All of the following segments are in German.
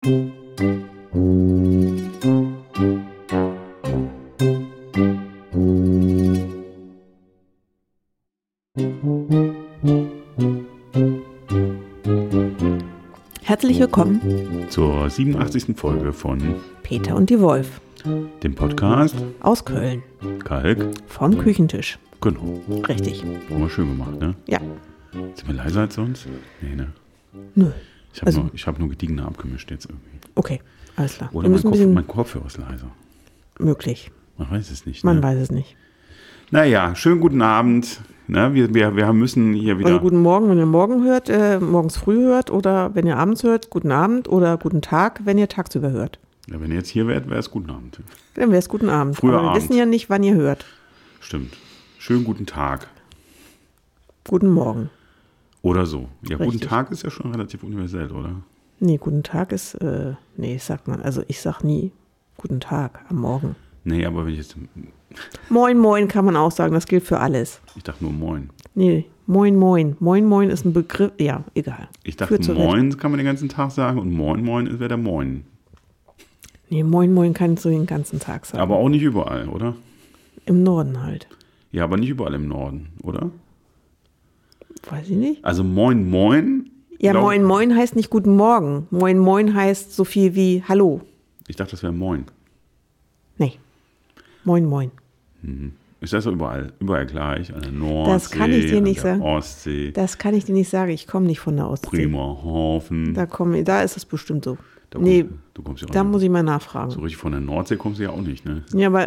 Herzlich willkommen zur 87. Folge von Peter und die Wolf, dem Podcast aus Köln, Kalk vom Küchentisch. Genau. Richtig. Haben wir schön gemacht, ne? Ja. Sind wir leiser als sonst? Nee, ne? Nö. Ich hab nur gediegener abgemischt jetzt irgendwie. Okay, alles klar. Oder mein Kopfhörer ist leiser. Möglich. Man weiß es nicht. Man ne? weiß es nicht. Naja, schönen guten Abend. Ne? Wir müssen hier wieder... Oder guten Morgen, wenn ihr morgen hört, morgens früh hört, oder wenn ihr abends hört, guten Abend, oder guten Tag, wenn ihr tagsüber hört. Ja, wenn ihr jetzt hier wärt, wäre es guten Abend. Dann wäre es guten Abend. Früher Aber wir Abend. wissen ja nicht, wann ihr hört. Stimmt. Schönen guten Tag. Guten Morgen. Oder so. Ja, Richtig. guten Tag ist ja schon relativ universell, oder? Nee, guten Tag ist, sagt man, also ich sag nie guten Tag am Morgen. Nee, aber wenn ich jetzt... Moin, moin kann man auch sagen, das gilt für alles. Ich dachte nur Moin. Nee, moin, moin. Moin, moin ist ein Begriff, ja, egal. Ich dachte, Moin kann man den ganzen Tag sagen und Moin, Moin wäre der Moin. Nee, moin, moin kannst du den ganzen Tag sagen. Aber auch nicht überall, oder? Im Norden halt. Ja, aber nicht überall im Norden, oder? Weiß ich nicht. Also Moin, Moin. Ja, moin, moin heißt nicht guten Morgen. Moin, moin heißt so viel wie Hallo. Ich dachte, das wäre Moin. Nee. Moin, moin. Ist das so überall gleich? An der Nordsee, Das kann ich dir nicht an der sagen. Ostsee, Das kann ich dir nicht sagen. Ich komme nicht von der Ostsee. Bremerhaven. Da ist es bestimmt so. Da Nee, du kommst ja auch da nicht. muss ich mal nachfragen. So richtig von der Nordsee kommst du ja auch nicht, ne? Ja, aber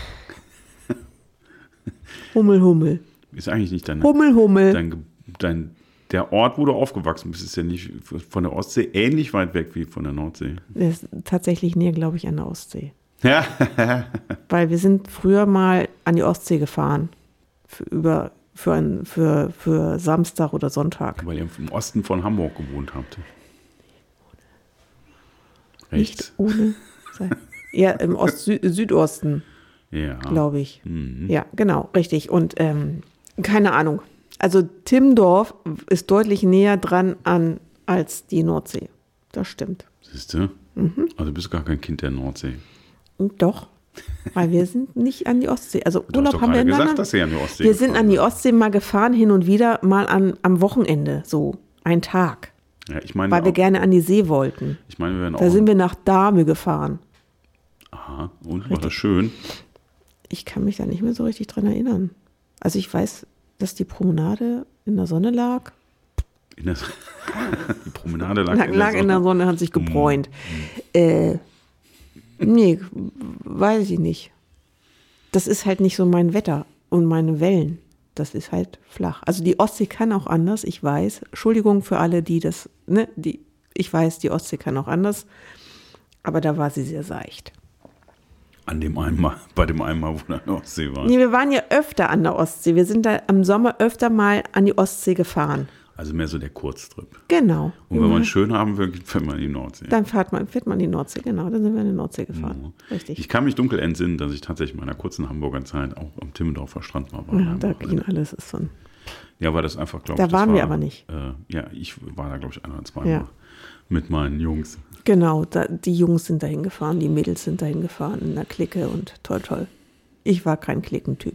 Hummel, Hummel. Ist eigentlich nicht Hummel, Hummel. der Ort, wo du aufgewachsen bist, ist ja nicht von der Ostsee ähnlich weit weg wie von der Nordsee. Das ist tatsächlich näher, glaube ich, an der Ostsee. Ja. Weil wir sind früher mal an die Ostsee gefahren. Für Samstag oder Sonntag. Weil ihr im Osten von Hamburg gewohnt habt. Nicht Rechts. ohne sein. Ja, im Südosten, Ja. glaube ich. Mhm. Ja, genau, richtig. Und keine Ahnung. Also Timmendorf ist deutlich näher dran als die Nordsee. Das stimmt. Siehst du? Also du bist gar kein Kind der Nordsee. Und doch, weil wir sind nicht an die Ostsee. Also Du Urlaub hast doch haben wir gerade in gesagt, dass ihr an die Ostsee Wir sind gefahren an die Ostsee mal gefahren, hin und wieder mal am Wochenende, so ein Tag. Ja, ich meine Weil wir auch, gerne an die See wollten. ich meine, wir werden Da auch. sind wir nach Dahme gefahren. Aha, und war das schön? Ich kann mich da nicht mehr so richtig dran erinnern. Also ich weiß, dass die Promenade in der Sonne lag. Die Promenade lag In der Sonne, hat sich gebräunt. Nee, weiß ich nicht. Das ist halt nicht so mein Wetter und meine Wellen. Das ist halt flach. Also die Ostsee kann auch anders, ich weiß. Entschuldigung für alle, die das, ne, ich weiß, die Ostsee kann auch anders. Aber da war sie sehr seicht. Bei dem einen Mal, wo wir an der Ostsee waren. Nee, wir waren ja öfter an der Ostsee. Wir sind da im Sommer öfter mal an die Ostsee gefahren. Also mehr so der Kurztrip. Genau. Und wenn man es schön haben will, fährt man in die Nordsee. Dann fährt man in die Nordsee, genau. Dann sind wir in die Nordsee gefahren. Richtig. Ich kann mich dunkel entsinnen, dass ich tatsächlich in meiner kurzen Hamburger Zeit auch am Timmendorfer Strand mal war. Ja, da ging alles. Ist so ein Ja, weil das einfach, glaube ich. Da waren wir aber nicht. Ja, ich war da, glaube ich, ein oder zwei Ja. Mal mit meinen Jungs. Genau, die Jungs sind dahin gefahren, die Mädels sind dahin gefahren in der Clique und toll, toll. Ich war kein Klickentyp.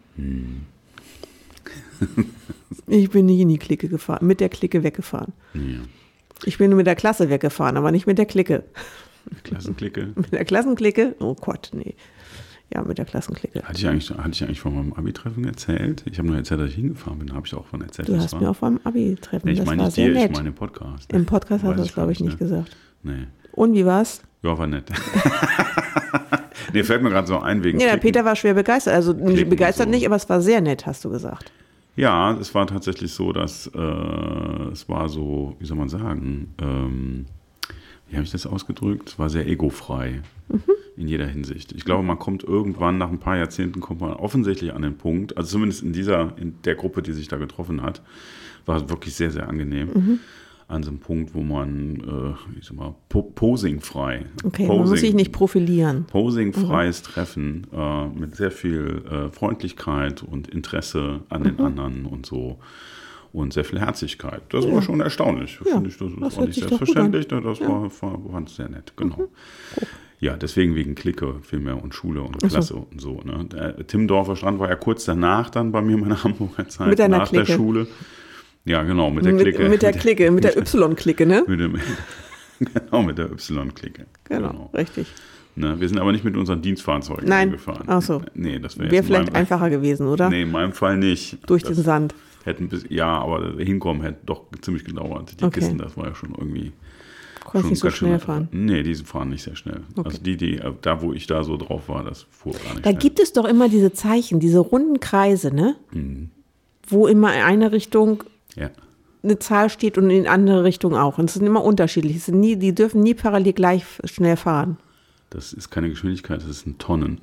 Ich bin nicht in die Clique gefahren, mit der Clique weggefahren. Ja. Ich bin nur mit der Klasse weggefahren, aber nicht mit der Clique. Klassenklicke. Mit der Klassenklicke? Oh Gott, nee. Ja, mit der Klassenklicke. Hatte ich eigentlich von meinem Abi-Treffen erzählt? Ich habe nur erzählt, dass ich hingefahren bin. Habe ich auch von erzählt. Du hast mir auch beim Abi-Treffen, Nee, ich das meine war nicht sehr dir, nett. ich meine im Podcast. Im Podcast hast Weiß du das, glaube ich, nicht ne? gesagt. Nee. Und wie war's? Ja, war nett. Nee, fällt mir gerade so ein wegen Ja, der Klicken. Peter war schwer begeistert. Also Klicken begeistert und so. nicht, aber es war sehr nett, hast du gesagt. Ja, es war tatsächlich so, dass es war so, wie soll man sagen, wie habe ich das ausgedrückt? Es war sehr egofrei in jeder Hinsicht. Ich glaube, man kommt irgendwann, nach ein paar Jahrzehnten, kommt man offensichtlich an den Punkt, also zumindest in der Gruppe, die sich da getroffen hat, war es wirklich sehr, sehr angenehm. An so einem Punkt, wo man, ich sag mal, posingfrei. Okay, man muss sich nicht profilieren. Posingfreies Treffen mit sehr viel Freundlichkeit und Interesse an den anderen und so. und sehr viel Herzlichkeit. Das war schon erstaunlich. Ja, Finde ich, das war nicht selbstverständlich. Das war sehr nett, genau. Ja, deswegen wegen Clique vielmehr und Schule und Klasse und so. Ne? Der Timmendorfer Strand war ja kurz danach dann bei mir in meiner Hamburger Zeit, mit nach Clique. der Schule. Ja, genau, mit der Clique. Mit der Clique, mit der Y-Clique, ne? Genau, mit der Y-Clique. Genau, richtig. Ne, wir sind aber nicht mit unseren Dienstfahrzeugen gefahren. Ach so. Nee, das wäre vielleicht einfacher gewesen, oder? Nee, in meinem Fall nicht. Durch den Sand. Aber hinkommen hätte doch ziemlich gedauert. Die Kisten, das war ja schon irgendwie... Konntest nicht so schnell fahren? Nee, die fahren nicht sehr schnell. Okay. Also da, wo ich da so drauf war, das fuhr gar nicht schnell. Da gibt es doch immer diese Zeichen, diese runden Kreise, ne? Wo immer in eine Richtung eine Zahl steht und in die andere Richtung auch. Und es sind immer unterschiedlich. Die dürfen nie parallel gleich schnell fahren. Das ist keine Geschwindigkeit, das sind Tonnen.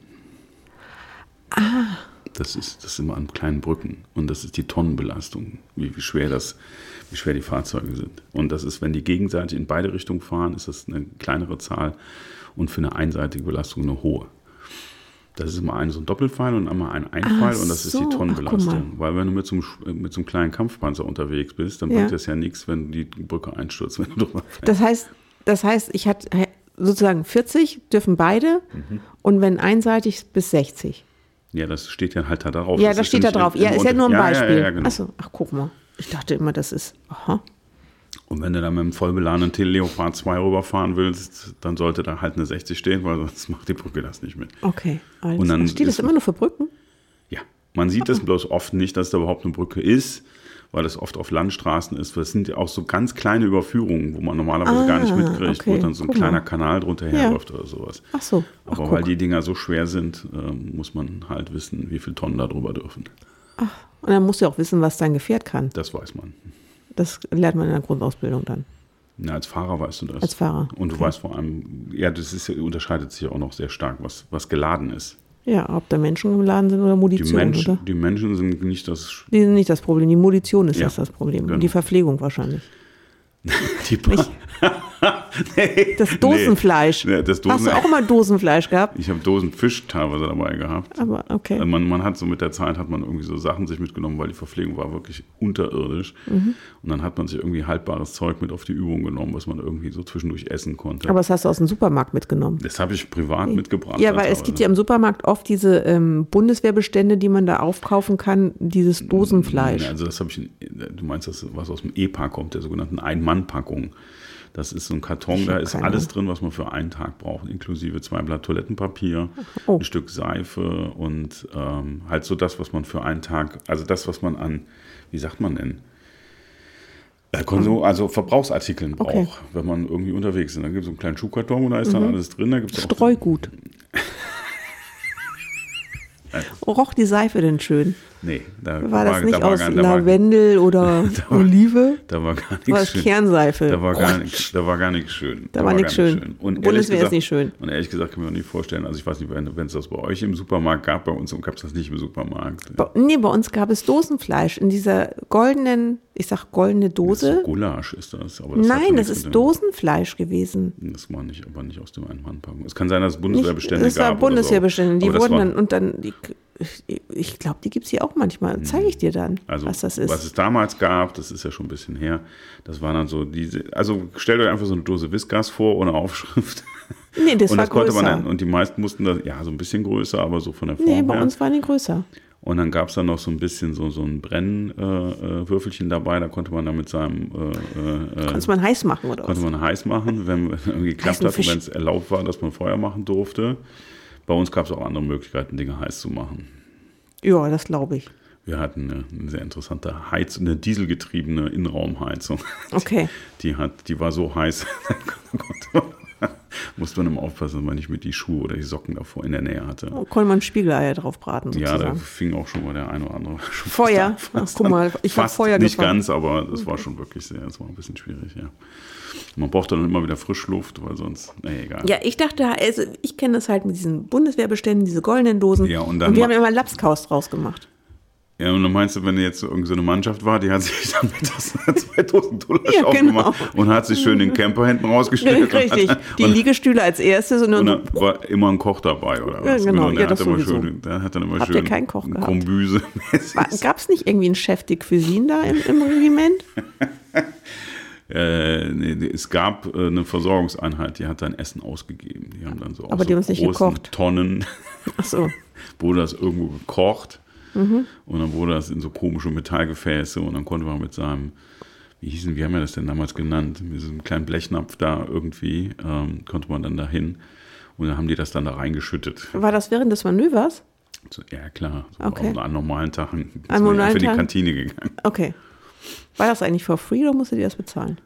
Ah. Das ist immer an kleinen Brücken. Und das ist die Tonnenbelastung, wie schwer die Fahrzeuge sind. Und das ist, wenn die gegenseitig in beide Richtungen fahren, ist das eine kleinere Zahl und für eine einseitige Belastung eine hohe. Das ist immer so ein Doppelpfeil und einmal ein Einfall und das ist die Tonnenbelastung. Weil wenn du mit so einem kleinen Kampfpanzer unterwegs bist, dann bringt das ja nichts, wenn die Brücke einstürzt, wenn du drüber fährst. Das heißt, ich hatte sozusagen 40 dürfen beide und wenn einseitig bis 60. Ja, das steht ja halt da drauf. Ja, das steht da drauf. Ja, ist ja nur ein Beispiel. Ja, genau. Achso, guck mal. Ich dachte immer, das ist, Und wenn du dann mit einem vollbeladenen Leopard 2 rüberfahren willst, dann sollte da halt eine 60 stehen, weil sonst macht die Brücke das nicht mit. Okay, alles. Und dann steht das immer nur für Brücken? Ja, man sieht es bloß oft nicht, dass da überhaupt eine Brücke ist, weil das oft auf Landstraßen ist. Das sind ja auch so ganz kleine Überführungen, wo man normalerweise gar nicht mitkriegt, wo dann so ein kleiner Kanal drunter herläuft oder sowas. Ach so. Aber weil die Dinger so schwer sind, muss man halt wissen, wie viele Tonnen da drüber dürfen. Ach, und dann musst du auch wissen, was dein Gefährt kann. Das weiß man. Das lernt man in der Grundausbildung dann. Na, als Fahrer weißt du das. Als Fahrer. Und du weißt vor allem, unterscheidet sich auch noch sehr stark, was geladen ist. Ja, ob da Menschen geladen sind oder Munition, oder? Die Menschen sind nicht das... Die sind nicht das Problem, die Munition ist das Problem. Genau. Und die Verpflegung wahrscheinlich. Das Dosenfleisch. Nee. Hast du auch immer Dosenfleisch gehabt? Ich habe Dosenfisch teilweise dabei gehabt. Aber okay. Man hat so mit der Zeit irgendwie so Sachen sich mitgenommen, weil die Verpflegung war wirklich unterirdisch. Und dann hat man sich irgendwie haltbares Zeug mit auf die Übung genommen, was man irgendwie so zwischendurch essen konnte. Aber das hast du aus dem Supermarkt mitgenommen? Das habe ich privat mitgebracht. Ja, weil es gibt ja im Supermarkt oft diese Bundeswehrbestände, die man da aufkaufen kann, dieses Dosenfleisch. Also das habe ich, du meinst das, was aus dem EPA kommt, der sogenannten Ein-Mann-Packung. Das ist so ein Karton, da ist alles drin, was man für einen Tag braucht, inklusive 2 Blatt Toilettenpapier, ein Stück Seife und halt so das, was man für einen Tag, also das, was man an, wie sagt man denn, also Verbrauchsartikeln braucht, wenn man irgendwie unterwegs ist. Dann gibt es so einen kleinen Schuhkarton und da ist dann alles drin. Da gibt's Streugut. Roch die Seife denn schön? Nee, war das nicht aus Lavendel oder Olive? Da war gar nichts schön. War das Kernseife? Da war gar nichts schön. Da war nichts schön. Und Bundeswehr ist nicht schön. Und ehrlich gesagt kann ich mir auch nicht vorstellen, also ich weiß nicht, wenn es das bei euch im Supermarkt gab, bei uns gab es das nicht im Supermarkt. Nee, bei uns gab es Dosenfleisch in dieser goldene Dose. Das ist Gulasch ist das. Aber Nein, das ist Dosenfleisch gewesen. Das war aber nicht aus dem Ein-Mann-Packung. Es kann sein, dass es Bundeswehrbestände gab. Es war Bundeswehrbestände, die wurden dann, ich glaube, die gibt es hier auch manchmal. Zeige ich dir dann, was das ist. Was es damals gab, das ist ja schon ein bisschen her, das waren dann so also stellt euch einfach so eine Dose Whiskas vor, ohne Aufschrift. Nee, das war konnte größer. Man dann, und die meisten mussten das, so ein bisschen größer, aber so von der Form her. Nee, bei uns waren die größer. Und dann gab es dann noch so ein bisschen so ein Brennwürfelchen dabei, da konnte man dann mit seinem... Konnte man heiß machen, oder was? Konnte man heiß machen, wenn irgendwie geklappt hat und wenn es erlaubt war, dass man Feuer machen durfte. Bei uns gab es auch andere Möglichkeiten, Dinge heiß zu machen. Ja, das glaube ich. Wir hatten eine sehr interessante eine dieselgetriebene Innenraumheizung. Okay. Die war so heiß, musste man immer aufpassen, dass man nicht mit die Schuhe oder die Socken davor in der Nähe hatte. Konnte man Spiegeleier drauf braten sozusagen. Ja, da fing auch schon mal der eine oder andere Feuer? Guck mal, ich habe Feuer nicht gefangen. Ganz, aber das war schon wirklich das war ein bisschen schwierig, ja. Man braucht dann immer wieder Frischluft, weil sonst, egal. Ja, ich dachte, also ich kenne das halt mit diesen Bundeswehrbeständen, diese goldenen Dosen. Ja, und wir haben immer Lapskaus draus gemacht. Ja, und dann meinst du, wenn jetzt so irgendeine Mannschaft war, die hat sich dann mit das 2000 Dollar Ja, aufgemacht genau. und hat sich schön den Camper hinten rausgestellt. Richtig, die Liegestühle als erstes und Und dann dann war immer ein Koch dabei, oder was? Ja, genau. Und Ja, der das hat immer sowieso. schön, der hat dann immer Habt schön ihr keinen Koch gehabt? Kombüse. gab es nicht irgendwie einen Chef de Cuisine da im Regiment? Nee, es gab eine Versorgungseinheit, die hat dann Essen ausgegeben. Die haben dann so Aber aus die so haben es nicht großen gekocht. Tonnen Ach so. wurde das irgendwo gekocht und dann wurde das in so komische Metallgefäße und dann konnte man mit seinem, wie haben wir das denn damals genannt, mit so einem kleinen Blechnapf da irgendwie, konnte man dann dahin und dann haben die das dann da reingeschüttet. War das während des Manövers? So, ja klar, so Okay. an normalen Tagen ist An man normalen einfach in die Tagen? Kantine gegangen. Okay. War das eigentlich for free oder musstet ihr das bezahlen?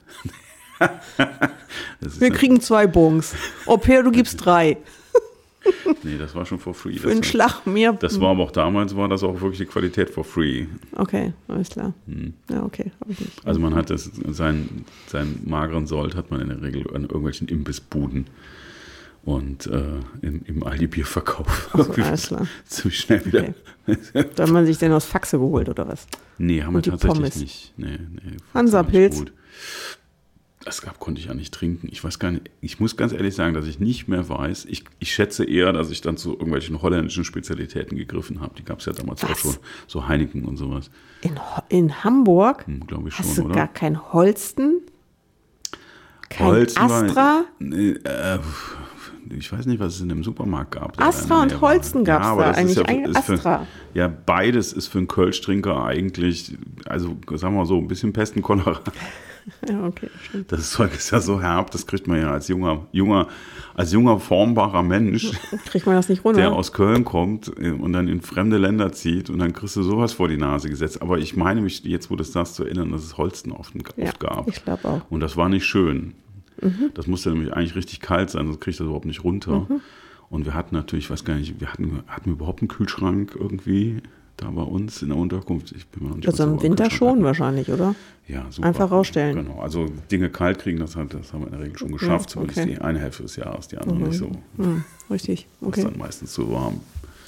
Das ist Wir kriegen 2 Bons. Au pair, du gibst 3. nee, das war schon for free. Für einen Schlag mehr. Das war aber auch damals, war das auch wirklich die Qualität for free. Okay, alles klar. Ja, okay, habe ich nicht. Also man hat das, seinen mageren Sold hat man in der Regel an irgendwelchen Imbissbuden und im Aldi-Bierverkauf. Ach so, alles klar. Ziemlich schnell wieder. Okay. Da hat man sich denn aus Faxe geholt oder was? Nee, haben wir Und die tatsächlich Pommes. nicht. Nee, Hansa-Pilz. nicht gut. Das konnte ich ja nicht trinken. Ich weiß gar nicht, ich muss ganz ehrlich sagen, dass ich nicht mehr weiß. Ich schätze eher, dass ich dann zu irgendwelchen holländischen Spezialitäten gegriffen habe. Die gab es ja damals auch schon, so Heineken und sowas. In Hamburg Glaube ich hast schon, du oder? gar kein Holsten? Kein Holsten war- Astra? Nee, ich weiß nicht, was es in dem Supermarkt gab. der Astra in der und Nähe war. Holsten gab's aber da das ist eigentlich. ist für, Astra. ja, beides ist für einen Kölsch-Trinker eigentlich, also sagen wir mal so, ein bisschen Pest und Cholera. Ja, okay, stimmt. Das Zeug ist ja so herb, das kriegt man ja als junger formbarer Mensch, Kriegt man das nicht runter? der aus Köln kommt und dann in fremde Länder zieht und dann kriegst du sowas vor die Nase gesetzt. Aber ich meine mich jetzt, wo du das sagst, zu erinnern, dass es Holsten oft gab. ich glaube auch. Und das war nicht schön. Das musste nämlich eigentlich richtig kalt sein, sonst kriegt das überhaupt nicht runter. Und wir hatten natürlich, ich weiß gar nicht, hatten wir überhaupt einen Kühlschrank irgendwie da bei uns in der Unterkunft? Ich bin mir noch nicht Also sicher, im ob wir einen Winter Kühlschrank schon hatten. wahrscheinlich, oder? Ja, super. Einfach rausstellen. Genau, also Dinge kalt kriegen, das haben wir in der Regel schon geschafft. Ja, okay. Zumindest die eine Hälfte des Jahres, die andere nicht so. Richtig, Das okay. ist dann meistens zu warm.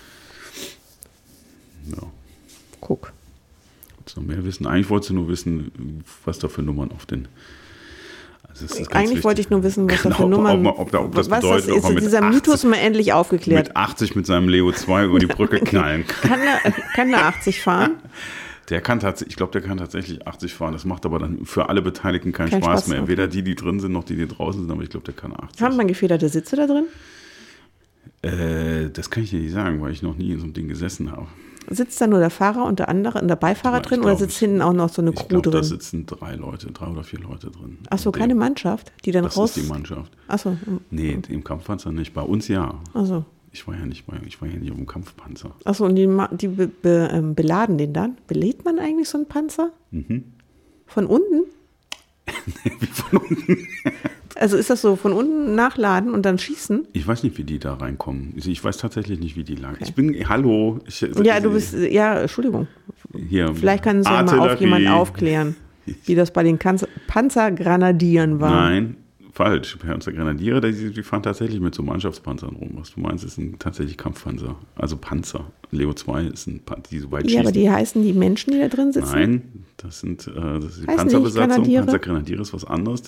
Ja. Guck. Wolltest du noch mehr wissen? Eigentlich wolltest du nur wissen, was da für Nummern auf den. Also das ist ganz Eigentlich wichtig. wollte ich nur wissen, was da Genau, für Nummern. ob das was bedeutet, das ob man ist. mit Dieser 80 Mythos mal endlich aufgeklärt. mit 80 mit seinem Leo 2 über die Brücke knallen kann. Kann der 80 fahren? Der kann tatsächlich, ich glaube, der kann tatsächlich 80 fahren. Das macht aber dann für alle Beteiligten keinen Kein Spaß Spaß, mehr. okay. Weder die drin sind, noch die draußen sind, aber ich glaube, der kann 80. Haben man gefederte Sitze da drin? Das kann ich dir nicht sagen, weil ich noch nie in so einem Ding gesessen habe. Sitzt da nur der Fahrer und der Beifahrer Ja, ich drin oder glaub, sitzt hinten auch noch so eine Ich Crew glaube, da drin? sitzen 3 oder 4 Leute drin. Achso, keine Mannschaft, die dann Das raus. ist die Mannschaft. Achso, Nee, im Kampfpanzer nicht. Bei uns ja. achso. Ich war ja nicht auf dem Kampfpanzer. Achso, und die beladen den dann? Belädt man eigentlich so einen Panzer? Von unten? Wie von unten. Also ist das so von unten nachladen und dann schießen? Ich weiß nicht, wie die da reinkommen. Ich weiß tatsächlich nicht, wie die lang. Ich bin, hallo. Ja, du bist, ja, Entschuldigung. hier. Vielleicht kann es ja mal Artillerie. jemand aufklären, wie das bei den Panzergranadieren war. Nein, falsch. Panzergrenadiere, die fahren tatsächlich mit so Mannschaftspanzern rum. Was du meinst, ist tatsächlich Kampfpanzer. Also Panzer. Leo 2 ist ein Panzer, die so weit Ja, schießen. aber die heißen die Menschen, die da drin sitzen? Nein, das ist die Heißen Panzerbesatzung. nicht Grenadiere? Panzergrenadiere ist was anderes.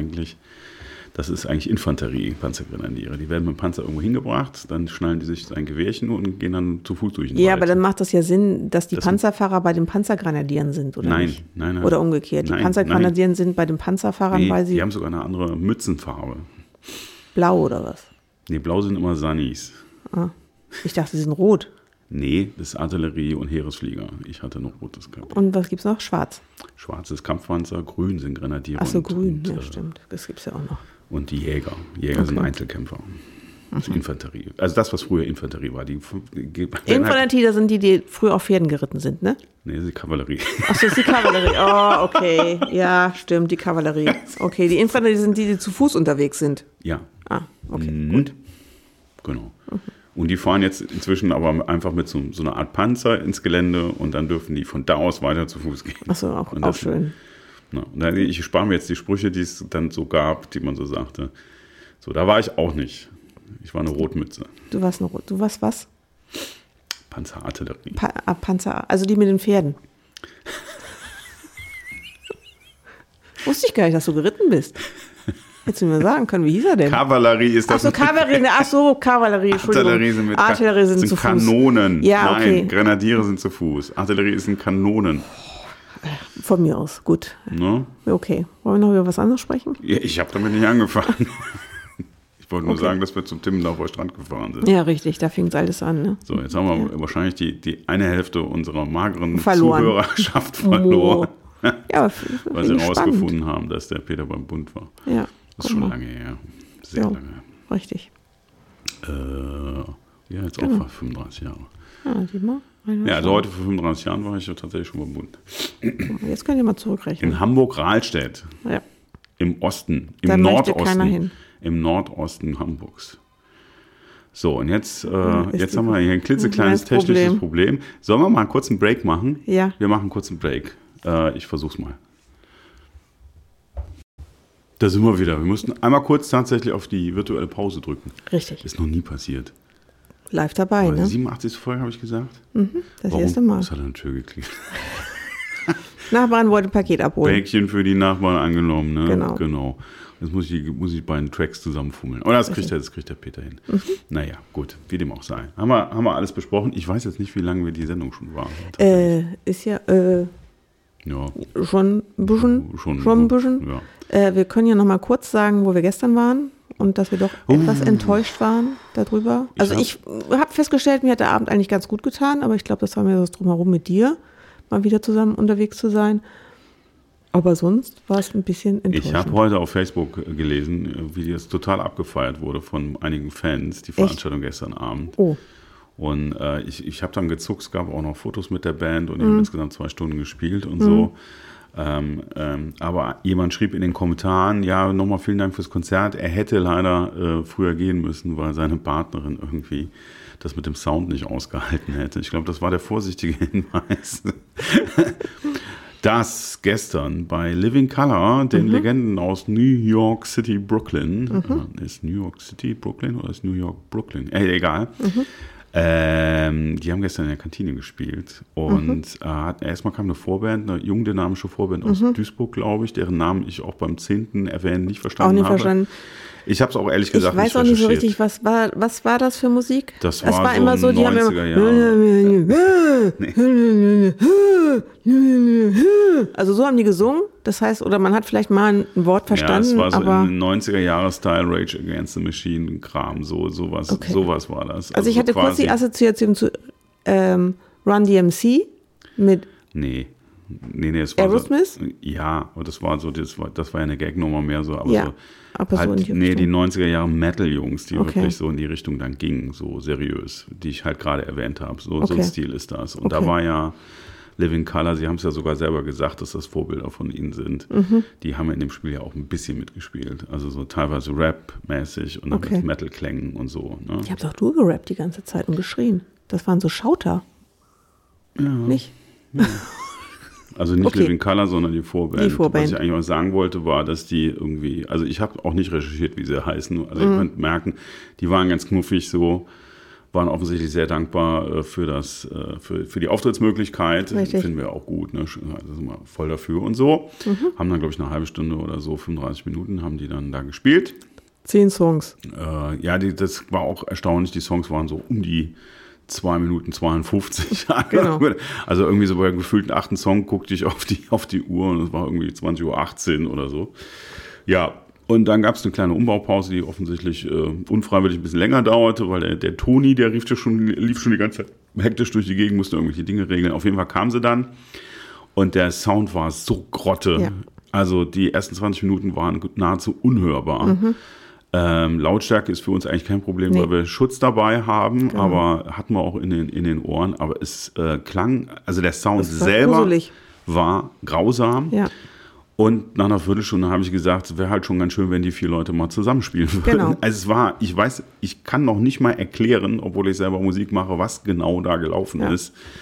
Das ist eigentlich Infanterie, Panzergrenadiere. Die werden mit dem Panzer irgendwo hingebracht, dann schnallen die sich ein Gewehrchen und gehen dann zu Fuß durch den Ja, Wald. aber dann macht das ja Sinn, dass die Das- Panzerfahrer bei den Panzergrenadieren sind, oder Nein, nicht? nein. Oder umgekehrt. Die Nein, Panzergrenadieren sind bei den Panzerfahrern, Nee, weil sie die haben sogar eine andere Mützenfarbe. blau oder was? Nee, blau sind immer Sunnies. Ich dachte, sie sind rot. Nee, das ist Artillerie und Heeresflieger. Ich hatte noch rotes gehabt. Und was gibt's noch? Schwarz. Schwarzes Kampfpanzer, grün sind Grenadiere. Achso, grün. Und, Ja, stimmt. Das gibt's ja auch noch. und die Jäger. Jäger sind Einzelkämpfer. Das ist Infanterie. Also das, was früher Infanterie war. Die Infanterie, das sind die früher auf Pferden geritten sind, ne? Nee, das ist die Kavallerie. Achso, das ist die Kavallerie. Oh, okay. Ja, stimmt, die Kavallerie. Okay, die Infanterie sind die zu Fuß unterwegs sind. Ja. Ah, okay, Gut. Genau. Und die fahren jetzt inzwischen aber einfach mit so einer Art Panzer ins Gelände und dann dürfen die von da aus weiter zu Fuß gehen. Achso, auch, Und auch das- schön. Na, und ich spare mir jetzt die Sprüche, die es dann so gab, die man so sagte. So, da war ich auch nicht. Ich war eine Rotmütze. Du warst was? Panzerartillerie. Panzer, also die mit den Pferden. Wusste ich gar nicht, dass du geritten bist. Hättest du mir sagen können, wie hieß er denn? Kavallerie ist das. Kavallerie, Entschuldigung. Artillerie sind zu Fuß. Kanonen. Ja, okay. Nein, Grenadiere sind zu Fuß. Artillerie ist ein Kanonen. Von mir aus, gut. Ne? Okay. Wollen wir noch über was anderes sprechen? Ja, ich habe damit nicht angefangen. Ich wollte nur sagen, dass wir zum Timmendorfer Strand gefahren sind. Ja, richtig, da fing es alles an. Ne? So, jetzt haben wir wahrscheinlich die eine Hälfte unserer mageren Zuhörerschaft verloren. Ja, weil sie rausgefunden haben, dass der Peter beim Bund war. Ja. Das ist schon lange her. Sehr lange. Richtig. Ja, jetzt auch fast 35 Jahre. Ja, sieh mal. Ja, also heute vor 35 Jahren war ich ja tatsächlich schon beim Bund. Jetzt könnt ihr mal zurückrechnen. In Hamburg-Rahlstedt. Ja. Im Osten. Da Im möchte Nordosten. keiner hin. Im Nordosten Hamburgs. So, und jetzt haben wir hier ein klitzekleines technisches Problem. Sollen wir mal einen kurzen Break machen? Ja. Wir machen einen kurzen Break. Ich versuch's mal. Da sind wir wieder. Wir mussten einmal kurz tatsächlich auf die virtuelle Pause drücken. Richtig. Ist noch nie passiert. Live dabei, Aber ne? 87. Folge, habe ich gesagt. Das erste Mal. Das hat an der Tür geklingelt. Nachbarn wollte ein Paket abholen. Päckchen für die Nachbarn angenommen, ne? Genau. Jetzt muss ich die beiden Tracks zusammenfummeln. Oh, das kriegt der Peter hin. Naja, gut, wie dem auch sei. Haben wir alles besprochen? Ich weiß jetzt nicht, wie lange wir die Sendung schon waren. Ist ja, ja. Schon ein bisschen. Ja. Wir können ja noch mal kurz sagen, wo wir gestern waren und dass wir doch etwas enttäuscht waren darüber. Also ich habe festgestellt, mir hat der Abend eigentlich ganz gut getan, aber ich glaube, das war mir das Drumherum mit dir, mal wieder zusammen unterwegs zu sein. Aber sonst war es ein bisschen enttäuschend. Ich habe heute auf Facebook gelesen, wie das total abgefeiert wurde von einigen Fans, die Veranstaltung gestern Abend. Oh. Und ich habe dann gezuckt, es gab auch noch Fotos mit der Band und die haben insgesamt 2 Stunden gespielt und so. Aber jemand schrieb in den Kommentaren, ja, nochmal vielen Dank fürs Konzert. Er hätte leider früher gehen müssen, weil seine Partnerin irgendwie das mit dem Sound nicht ausgehalten hätte. Ich glaube, das war der vorsichtige Hinweis. Dass gestern bei Living Colour, den Legenden aus New York City, Brooklyn, ist New York City, Brooklyn oder ist New York, Brooklyn? Egal. Die haben gestern in der Kantine gespielt und erstmal kam eine Vorband, eine jung dynamische Vorband aus Duisburg, glaube ich, deren Namen ich auch beim 10. Erwähnen nicht verstanden habe. Ich habe es auch ehrlich gesagt nicht recherchiert. Ich weiß auch nicht so richtig, was war das für Musik? Das war immer so, die 90er Jahre. Also so haben die gesungen, das heißt, oder man hat vielleicht mal ein Wort verstanden. Ja, es war so aber in 90er-Jahre-Style, Rage Against the Machine-Kram, sowas war das. Also ich hatte kurz die Assoziation zu Run DMC mit es war Aerosmith? So, ja, aber das war ja eine Gagnummer mehr so, aber ja, so aber halt, so in die die 90er-Jahre Metal-Jungs, die wirklich so in die Richtung dann gingen, so seriös, die ich halt gerade erwähnt habe. So ein Stil ist das. Und da war ja Living Colour, sie haben es ja sogar selber gesagt, dass das Vorbilder von ihnen sind. Die haben in dem Spiel ja auch ein bisschen mitgespielt. Also so teilweise Rap-mäßig und dann mit Metal-Klängen und so. Ne? Ich habe doch nur gerappt die ganze Zeit und geschrien. Das waren so Schauter. Ja. Nicht? Ja. Also nicht Living Colour, sondern die Vorband. Was ich eigentlich auch sagen wollte, war, dass die irgendwie, also ich habe auch nicht recherchiert, wie sie heißen. Also ihr könnt merken, die waren ganz knuffig so, waren offensichtlich sehr dankbar für die Auftrittsmöglichkeit. Richtig. Finden wir auch gut, ne? Also sind wir voll dafür und so. Haben dann, glaube ich, eine halbe Stunde oder so, 35 Minuten haben die dann da gespielt. 10 Songs. Das war auch erstaunlich. Die Songs waren so um die 2 Minuten 52. Genau. Also irgendwie so bei gefühlten 8. Song guckte ich auf die Uhr und es war irgendwie 20:18 Uhr oder so. Ja, und dann gab es eine kleine Umbaupause, die offensichtlich unfreiwillig ein bisschen länger dauerte, weil der Toni, der lief schon die ganze Zeit hektisch durch die Gegend, musste irgendwelche Dinge regeln. Auf jeden Fall kam sie dann und der Sound war so Grotte. Ja. Also die ersten 20 Minuten waren nahezu unhörbar. Lautstärke ist für uns eigentlich kein Problem, weil wir Schutz dabei haben, aber hatten wir auch in den Ohren. Aber es klang, also der Sound selber gruselig. War grausam. Ja. Und nach einer Viertelstunde habe ich gesagt, es wäre halt schon ganz schön, wenn die 4 Leute mal zusammenspielen würden. Genau. Also ich kann noch nicht mal erklären, obwohl ich selber Musik mache, was genau da gelaufen ist.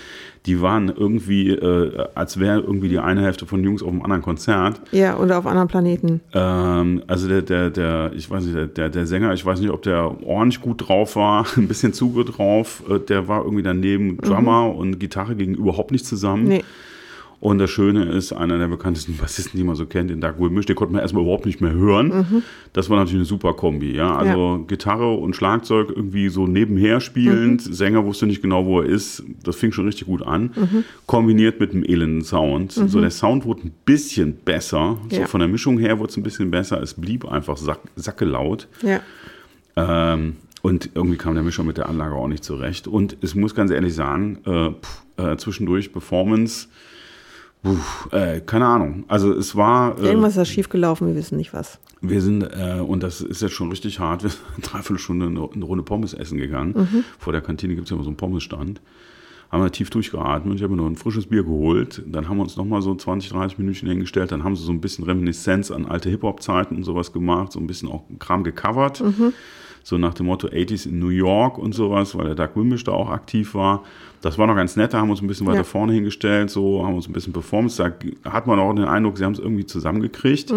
die waren irgendwie, als wäre irgendwie die eine Hälfte von Jungs auf einem anderen Konzert. Ja, oder auf anderen Planeten. Also ich weiß nicht, der Sänger, ich weiß nicht, ob der ordentlich gut drauf war, ein bisschen zu gut drauf. Der war irgendwie daneben Drummer und Gitarre gingen überhaupt nicht zusammen. Nee. Und das Schöne ist, einer der bekanntesten Bassisten, die man so kennt, den Doug Wimbish, den konnte man erstmal überhaupt nicht mehr hören. Das war natürlich eine super Kombi. Ja? Also Gitarre und Schlagzeug irgendwie so nebenher spielend. Sänger wusste nicht genau, wo er ist. Das fing schon richtig gut an. Kombiniert mit einem elenden Sound. So, der Sound wurde ein bisschen besser. So von der Mischung her wurde es ein bisschen besser. Es blieb einfach sackelaut. Ja. Und irgendwie kam der Mischer mit der Anlage auch nicht zurecht. Und ich muss ganz ehrlich sagen, zwischendurch Performance... keine Ahnung. Also es war... Irgendwas ist da schiefgelaufen, wir wissen nicht was. Wir sind, und das ist jetzt schon richtig hart, wir sind eine Dreiviertelstunde eine Runde Pommes essen gegangen. Vor der Kantine gibt es ja immer so einen Pommesstand. Haben wir tief durchgeatmet. Ich habe mir noch ein frisches Bier geholt. Dann haben wir uns nochmal so 20, 30 Minuten hingestellt. Dann haben sie so ein bisschen Reminiszenz an alte Hip-Hop-Zeiten und sowas gemacht. So ein bisschen auch Kram gecovert. So nach dem Motto 80s in New York und sowas, weil der Doug Wimbish da auch aktiv war. Das war noch ganz nett, da haben wir uns ein bisschen weiter vorne hingestellt, so haben uns ein bisschen performt. Da hat man auch den Eindruck, sie haben es irgendwie zusammengekriegt.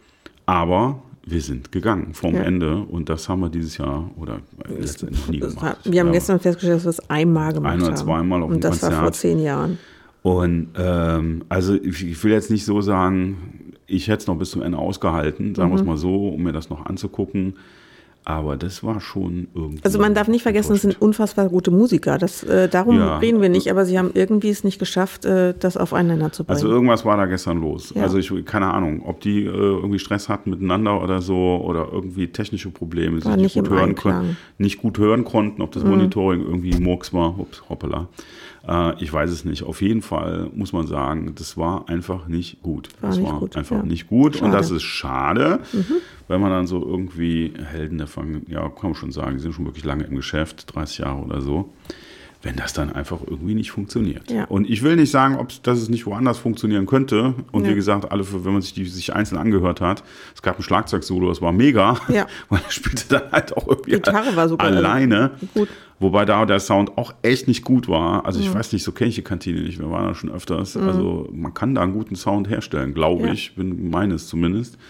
Aber wir sind gegangen vom Ende und das haben wir dieses Jahr oder letztendlich nie gemacht. Wir haben gestern festgestellt, dass wir es einmal gemacht haben. Ein oder zweimal auf dem Konzert. Und das war vor 10 Jahren. Und also ich will jetzt nicht so sagen, ich hätte es noch bis zum Ende ausgehalten, sagen wir es mal so, um mir das noch anzugucken. Aber das war schon irgendwie... Also man darf nicht vergessen, es sind unfassbar gute Musiker. Darum reden wir nicht, aber sie haben irgendwie es nicht geschafft, das aufeinander zu bringen. Also irgendwas war da gestern los. Ja. Also keine Ahnung, ob die irgendwie Stress hatten miteinander oder so oder irgendwie technische Probleme, war nicht gut hören konnten, ob das Monitoring irgendwie Murks war. Ups, hoppala. Ich weiß es nicht. Auf jeden Fall muss man sagen, das war einfach nicht gut. Nicht gut. Schade. Und das ist schade, wenn man dann so irgendwie Helden der Fang, ja, kann man schon sagen, die sind schon wirklich lange im Geschäft, 30 Jahre oder so, wenn das dann einfach irgendwie nicht funktioniert. Ja. Und ich will nicht sagen, dass es nicht woanders funktionieren könnte. Und wie gesagt, wenn man sich einzeln angehört hat, es gab ein Schlagzeugsolo, das war mega, weil er spielte dann halt auch irgendwie Gitarre war sogar alleine. Gut. Wobei da der Sound auch echt nicht gut war. Also ich weiß nicht, so kenne ich die Kantine nicht, wir waren da schon öfters. Also man kann da einen guten Sound herstellen, glaube ich, meines zumindest.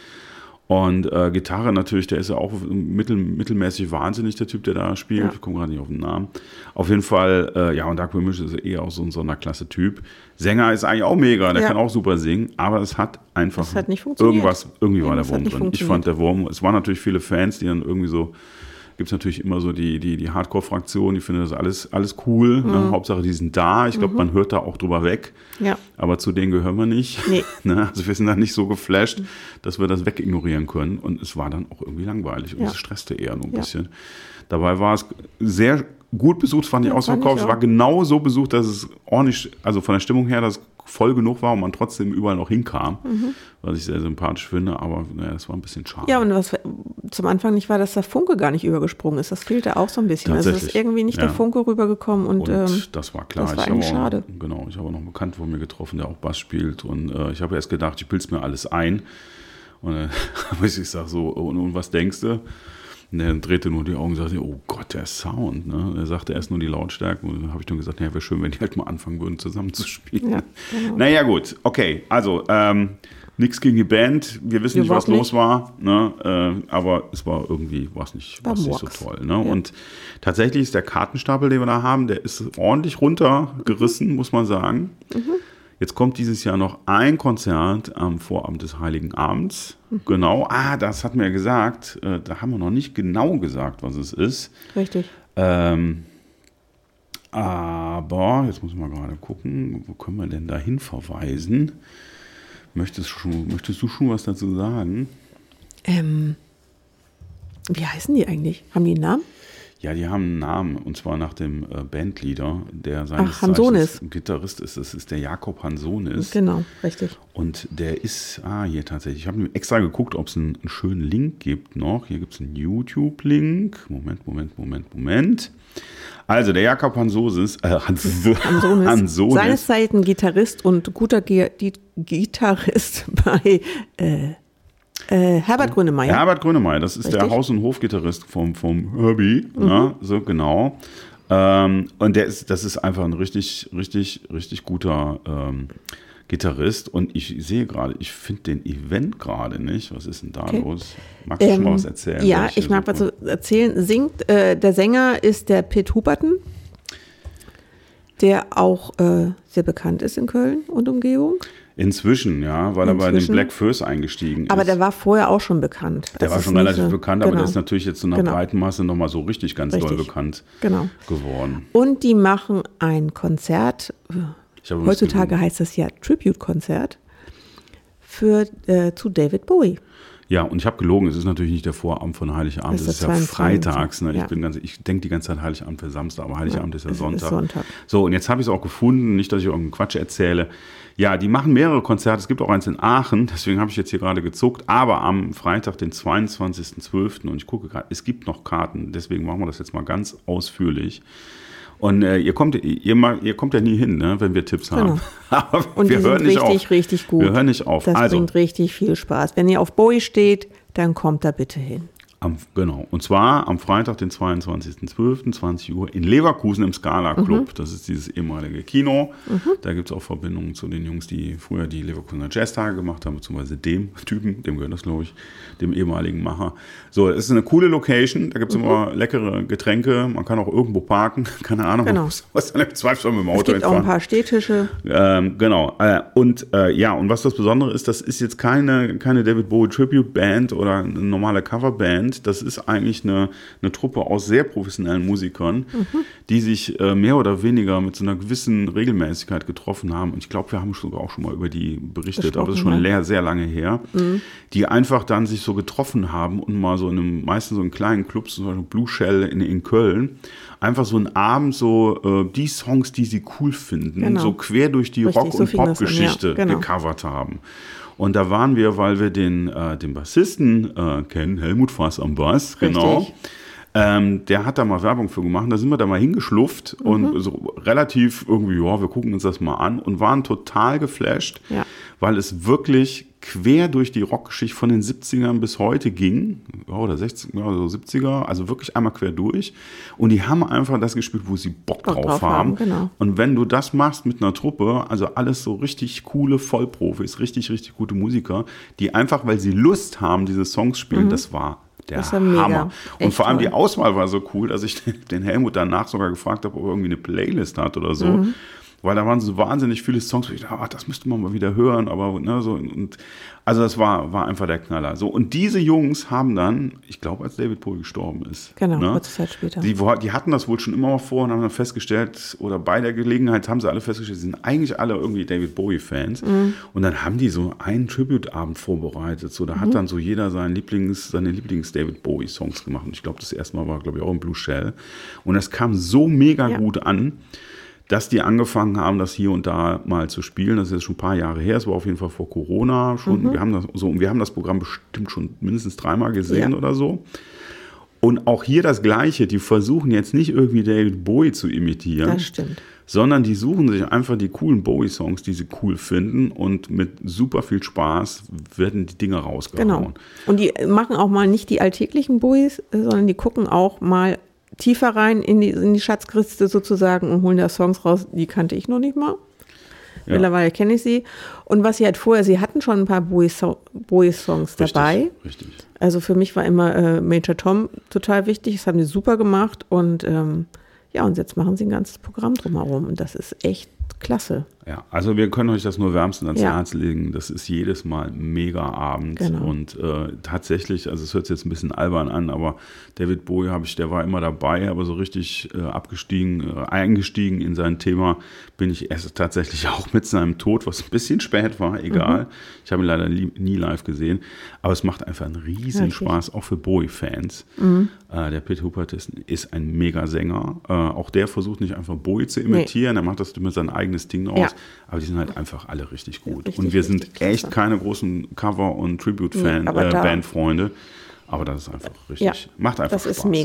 Und Gitarre natürlich, der ist ja auch mittelmäßig wahnsinnig, der Typ, der da spielt. Ja. Ich komme gerade nicht auf den Namen. Auf jeden Fall, und Doug Wimbish ist eher auch so ein Sonderklasse-Typ. Sänger ist eigentlich auch mega, der kann auch super singen, aber es hat einfach nicht funktioniert. Irgendwie war der Wurm drin. Ich fand der Wurm, es waren natürlich viele Fans, die dann irgendwie so, gibt es natürlich immer so die Hardcore-Fraktion, die finden das alles cool. Ne? Hauptsache, die sind da. Ich glaube, man hört da auch drüber weg. Ja. Aber zu denen gehören wir nicht. Nee. Ne? Also wir sind da nicht so geflasht, dass wir das wegignorieren können. Und es war dann auch irgendwie langweilig. Und es stresste eher nur ein bisschen. Dabei war es sehr gut besucht, fand ich ausverkauft. Es war genau so besucht, dass es ordentlich, also von der Stimmung her, dass es voll genug war und man trotzdem überall noch hinkam, was ich sehr sympathisch finde, aber das war ein bisschen schade. Ja, und was zum Anfang nicht war, dass der Funke gar nicht übergesprungen ist, das fehlte auch so ein bisschen. Also es ist irgendwie nicht der Funke rübergekommen und das war klar. Das war eigentlich schade. Genau, ich habe auch noch einen Bekannten von mir getroffen, der auch Bass spielt und ich habe erst gedacht, ich bilde mir alles ein und dann habe ich gesagt so, und was denkst du? Und er drehte nur die Augen und sagte, oh Gott, der Sound. Ne? Er sagte erst nur die Lautstärke. Und dann habe ich dann gesagt, wäre schön, wenn die halt mal anfangen würden, zusammen zu spielen. Ja, genau. Naja, gut. Okay, also nichts gegen die Band. Wir wissen nicht, was los war. Ne? Aber es war irgendwie nicht so toll. Ne? Ja. Und tatsächlich ist der Kartenstapel, den wir da haben, der ist ordentlich runtergerissen, muss man sagen. Jetzt kommt dieses Jahr noch ein Konzert am Vorabend des Heiligen Abends. Genau. Das hatten wir ja gesagt. Da haben wir noch nicht genau gesagt, was es ist. Richtig. Aber, jetzt muss ich mal gerade gucken, wo können wir denn da hin verweisen? Möchtest du schon was dazu sagen? Wie heißen die eigentlich? Haben die einen Namen? Ja, die haben einen Namen, und zwar nach dem Bandleader, der seines Hansonis. Gitarrist ist. Das ist der Jakob Hansonis. Genau, richtig. Und der ist, hier tatsächlich, ich habe extra geguckt, ob es einen schönen Link gibt noch. Hier gibt es einen YouTube-Link. Moment. Also, der Jakob Hansonis. Seines Seiten Gitarrist und guter Gitarrist bei Herbert Grönemeyer. Herbert Grönemeyer, das ist richtig? Der Haus- und Hofgitarrist vom Herbie. Ja, so genau. Und das ist einfach ein richtig, richtig, richtig guter Gitarrist. Und ich sehe gerade, ich finde den Event gerade nicht. Was ist denn da los? Magst du schon mal was erzählen? Ja, ich mag was erzählen. Der Sänger ist der Pit Huberton, der auch sehr bekannt ist in Köln und Umgebung. Inzwischen, ja, weil er bei den Black Furs eingestiegen ist. Aber der war vorher auch schon bekannt. Der war schon relativ bekannt, aber der ist natürlich jetzt in der breiten Masse nochmal so richtig ganz doll bekannt geworden. Und die machen ein Konzert, heutzutage heißt das ja Tribute-Konzert, zu David Bowie. Ja, und ich habe gelogen, es ist natürlich nicht der Vorabend von Heiligabend, es ist ja freitags. Ne? Ja. Ich denke die ganze Zeit Heiligabend für Samstag, aber Heiligabend ist ja Sonntag. Ist Sonntag. So, und jetzt habe ich es auch gefunden, nicht, dass ich irgendeinen Quatsch erzähle. Ja, die machen mehrere Konzerte, es gibt auch eins in Aachen, deswegen habe ich jetzt hier gerade gezuckt, aber am Freitag, den 22.12. und ich gucke gerade, es gibt noch Karten, deswegen machen wir das jetzt mal ganz ausführlich. Und ihr kommt ja nie hin, ne, wenn wir Tipps haben. Aber und wir hören nicht auf. Richtig gut. Wir hören nicht auf. Das bringt richtig viel Spaß. Wenn ihr auf Bowie steht, dann kommt da bitte hin. Genau. Und zwar am Freitag, den 22.12., 20 Uhr in Leverkusen im Scala Club. Das ist dieses ehemalige Kino. Da gibt es auch Verbindungen zu den Jungs, die früher die Leverkusener Jazztage gemacht haben, beziehungsweise dem Typen, dem gehört das, glaube ich, dem ehemaligen Macher. So, es ist eine coole Location. Da gibt es immer leckere Getränke. Man kann auch irgendwo parken. Keine Ahnung, was dann im Zweifel mit dem Auto entfahren. Es gibt auch ein paar Stehtische. Genau. Und was das Besondere ist, das ist jetzt keine David Bowie Tribute Band oder eine normale Coverband. Das ist eigentlich eine Truppe aus sehr professionellen Musikern, die sich mehr oder weniger mit so einer gewissen Regelmäßigkeit getroffen haben. Und ich glaube, wir haben sogar auch schon mal über die berichtet, aber das ist schon sehr lange her. Die einfach dann sich so getroffen haben und mal so meistens so in kleinen Clubs, zum Beispiel Blue Shell in Köln, einfach so einen Abend so die Songs, die sie cool finden, so quer durch die Rock- und Pop-Geschichte gecovert haben. Und da waren wir, weil wir den Bassisten kennen, Helmut Fass am Bass, genau. Der hat da mal Werbung für gemacht. Da sind wir da mal hingeschlufft und so relativ irgendwie, wir gucken uns das mal an und waren total geflasht, weil es wirklich quer durch die Rockgeschichte von den 70ern bis heute ging, oder 60er, so 70er, also wirklich einmal quer durch. Und die haben einfach das gespielt, wo sie Bock drauf haben. Genau. Und wenn du das machst mit einer Truppe, also alles so richtig coole Vollprofis, richtig, richtig gute Musiker, die einfach, weil sie Lust haben, diese Songs spielen, das war der Hammer. Und vor allem die Auswahl war so cool, dass ich den Helmut danach sogar gefragt habe, ob er irgendwie eine Playlist hat oder so. Weil da waren so wahnsinnig viele Songs, wo ich dachte, das müsste man mal wieder hören, aber so und also das war einfach der Knaller. So, und diese Jungs haben dann, ich glaube, als David Bowie gestorben ist. Genau, kurze Zeit später. Die hatten das wohl schon immer mal vor und haben dann festgestellt, oder bei der Gelegenheit haben sie alle festgestellt, sie sind eigentlich alle irgendwie David Bowie-Fans. Und dann haben die so einen Tribute-Abend vorbereitet. So, da hat dann so jeder seine Lieblings-David Bowie-Songs gemacht. Und ich glaube, das erste Mal war, glaube ich, auch im Blue Shell. Und das kam so mega gut an, dass die angefangen haben, das hier und da mal zu spielen. Das ist jetzt schon ein paar Jahre her. Es war auf jeden Fall vor Corona schon. Wir haben das Programm bestimmt schon mindestens 3-mal gesehen oder so. Und auch hier das Gleiche. Die versuchen jetzt nicht irgendwie David Bowie zu imitieren. Das stimmt. Sondern die suchen sich einfach die coolen Bowie-Songs, die sie cool finden. Und mit super viel Spaß werden die Dinge rausgehauen. Genau. Und die machen auch mal nicht die alltäglichen Bowies, sondern die gucken auch mal tiefer rein in die Schatzkiste sozusagen und holen da Songs raus, die kannte ich noch nicht mal. Ja. Mittlerweile kenne ich sie. Und was sie halt vorher, sie hatten schon ein paar Bowie-Songs dabei. Richtig. Also für mich war immer Major Tom total wichtig. Das haben die super gemacht. Und und jetzt machen sie ein ganzes Programm drumherum. Und das ist echt klasse. Ja, also wir können euch das nur wärmstens ans Herz legen. Das ist jedes Mal mega Abend. Genau. Und tatsächlich, also es hört sich jetzt ein bisschen albern an, aber David Bowie der war immer dabei, aber so richtig eingestiegen in sein Thema bin ich erst tatsächlich auch mit seinem Tod, was ein bisschen spät war, egal. Ich habe ihn leider nie live gesehen, aber es macht einfach einen riesen Spaß, auch für Bowie-Fans. Der Pit Huberton ist ein Mega-Sänger. Auch der versucht nicht einfach Bowie zu imitieren, er macht das mit sein eigenes Ding aus. Aber die sind halt einfach alle richtig gut. Und wir sind echt keine großen Cover- und Tribute-Bandfreunde. Aber das ist einfach richtig. Macht einfach das Spaß. Das ist mega.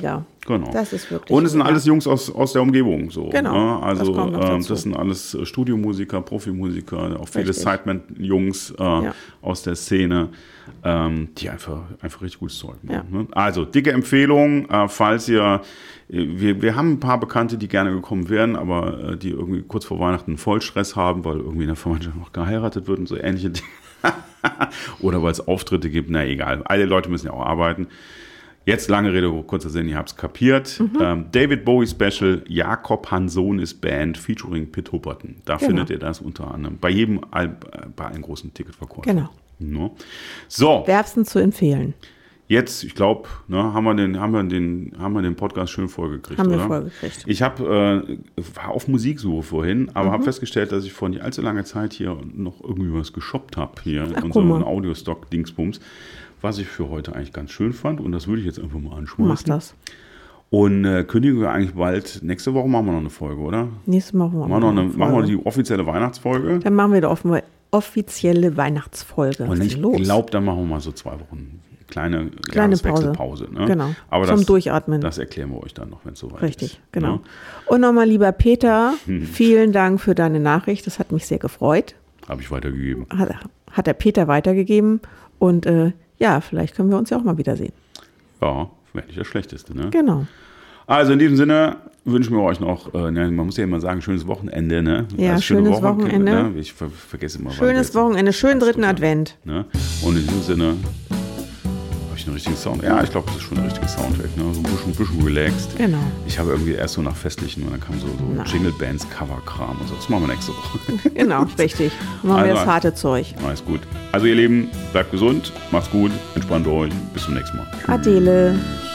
Genau. Das ist wirklich Und es sind so, alles Jungs aus der Umgebung. So, Genau, ne? Also das kommt noch dazu. das sind alles Studiomusiker, Profimusiker, auch viele Richtig. Sideman-Jungs aus der Szene, die einfach richtig gutes Zeug machen. Ja. Ne? Also dicke Empfehlung, falls ihr, wir haben ein paar Bekannte, die gerne gekommen wären, aber die irgendwie kurz vor Weihnachten Vollstress haben, weil irgendwie in der Verwandtschaft noch geheiratet wird und so ähnliche Dinge. Oder weil es Auftritte gibt, na egal. Alle Leute müssen ja auch arbeiten. Jetzt lange Rede, kurzer Sinn, ihr habt es kapiert. David Bowie Special, Jakob Hansonis Band featuring Pit Hupperton. Da findet ihr das unter anderem bei allen großen Ticketverkäufen. Genau. No. So, Wärmstens zu empfehlen. jetzt, ich glaube, haben wir den Podcast schön vollgekriegt, Haben wir oder? vollgekriegt. Ich war auf Musiksuche vorhin, aber habe festgestellt, dass ich vor nicht allzu langer Zeit hier noch irgendwie was geshoppt habe hier in guck unserem mal. Audiostock-Dingsbums, was ich für heute eigentlich ganz schön fand und das würde ich jetzt einfach mal anschmeißen. Mach das. Und kündigen wir eigentlich bald, nächste Woche machen wir noch eine Folge, oder? Nächstes Mal Machen wir die offizielle Weihnachtsfolge. Dann machen wir die offizielle Weihnachtsfolge. Und Was ich ist los? glaube, dann machen wir mal so 2 Wochen kleine Pause. Ne? Genau. Aber Zum das, Durchatmen. Das erklären wir euch dann noch, wenn es soweit ist. Richtig, genau. Ne? Und nochmal, lieber Peter, vielen Dank für deine Nachricht. Das hat mich sehr gefreut. Habe ich weitergegeben. Hat der Peter weitergegeben. Und vielleicht können wir uns ja auch mal wiedersehen. Ja, wäre nicht das Schlechteste. Ne? Genau. Also in diesem Sinne wünschen wir euch noch, man muss ja immer sagen, schönes Wochenende. Ne? Ja, schönes Wochenende. Ne? Ich vergesse immer. Schönes Wochenende, schönen dritten Advent. Ne? Und in diesem Sinne, habe ich einen richtigen Sound? Ja, ich glaube, das ist schon ein richtiger Soundtrack. Ne? So ein bisschen relaxed. Genau. Ich habe irgendwie erst so nach Festlichen und dann kam so Jingle-Bands, Cover-Kram und so. Das machen wir nächste Woche. Genau, richtig. Machen wir das harte Zeug. Alles gut. Also ihr Lieben, bleibt gesund, macht's gut, entspannt euch. Bis zum nächsten Mal. Adele.